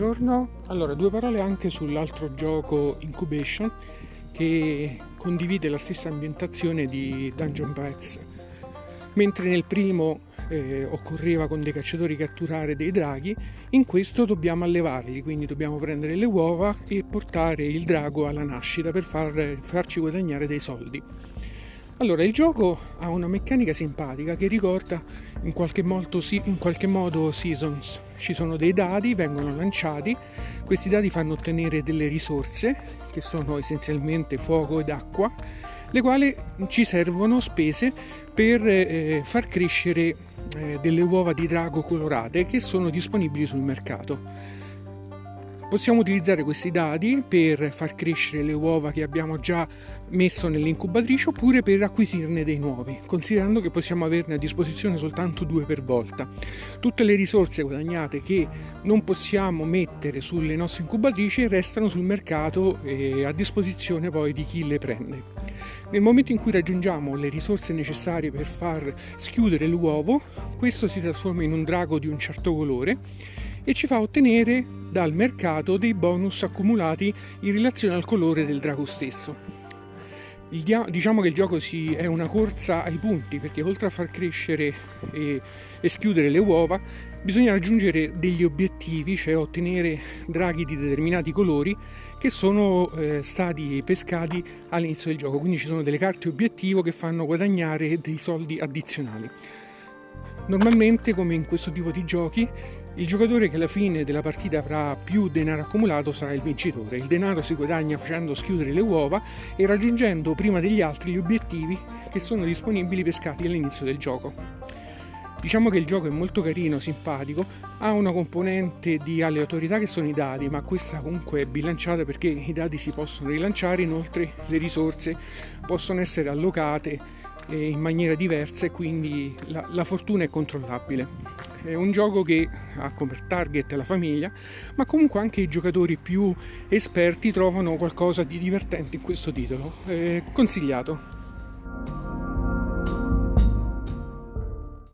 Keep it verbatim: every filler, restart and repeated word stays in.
buongiorno. Allora, due parole anche sull'altro gioco Incubation che condivide la stessa ambientazione di Dungeon Pets. Mentre nel primo eh, occorreva con dei cacciatori catturare dei draghi, in questo dobbiamo allevarli, quindi dobbiamo prendere le uova e portare il drago alla nascita per far, farci guadagnare dei soldi. Allora, il gioco ha una meccanica simpatica che ricorda in qualche modo, in qualche modo Seasons. Ci sono dei dadi, vengono lanciati, questi dadi fanno ottenere delle risorse, che sono essenzialmente fuoco ed acqua, le quali ci servono spese per eh, far crescere eh, delle uova di drago colorate che sono disponibili sul mercato. Possiamo utilizzare questi dadi per far crescere le uova che abbiamo già messo nell'incubatrice oppure per acquisirne dei nuovi, considerando che possiamo averne a disposizione soltanto due per volta. Tutte le risorse guadagnate che non possiamo mettere sulle nostre incubatrici restano sul mercato e a disposizione poi di chi le prende. Nel momento in cui raggiungiamo le risorse necessarie per far schiudere l'uovo, questo si trasforma in un drago di un certo colore e ci fa ottenere dal mercato dei bonus accumulati in relazione al colore del drago stesso. Il dia- diciamo che il gioco si- è una corsa ai punti, perché oltre a far crescere e, e schiudere le uova bisogna raggiungere degli obiettivi, cioè ottenere draghi di determinati colori che sono eh, stati pescati all'inizio del gioco, quindi ci sono delle carte obiettivo che fanno guadagnare dei soldi addizionali. Normalmente, come in questo tipo di giochi, il giocatore che alla fine della partita avrà più denaro accumulato sarà il vincitore. Il denaro si guadagna facendo schiudere le uova e raggiungendo prima degli altri gli obiettivi che sono disponibili pescati all'inizio del gioco. Diciamo che il gioco è molto carino, simpatico, ha una componente di aleatorietà che sono i dadi, ma questa comunque è bilanciata perché i dadi si possono rilanciare, inoltre le risorse possono essere allocate in maniera diversa e quindi la, la fortuna è controllabile. È un gioco che ha come target la famiglia, ma comunque anche i giocatori più esperti trovano qualcosa di divertente in questo titolo. È consigliato.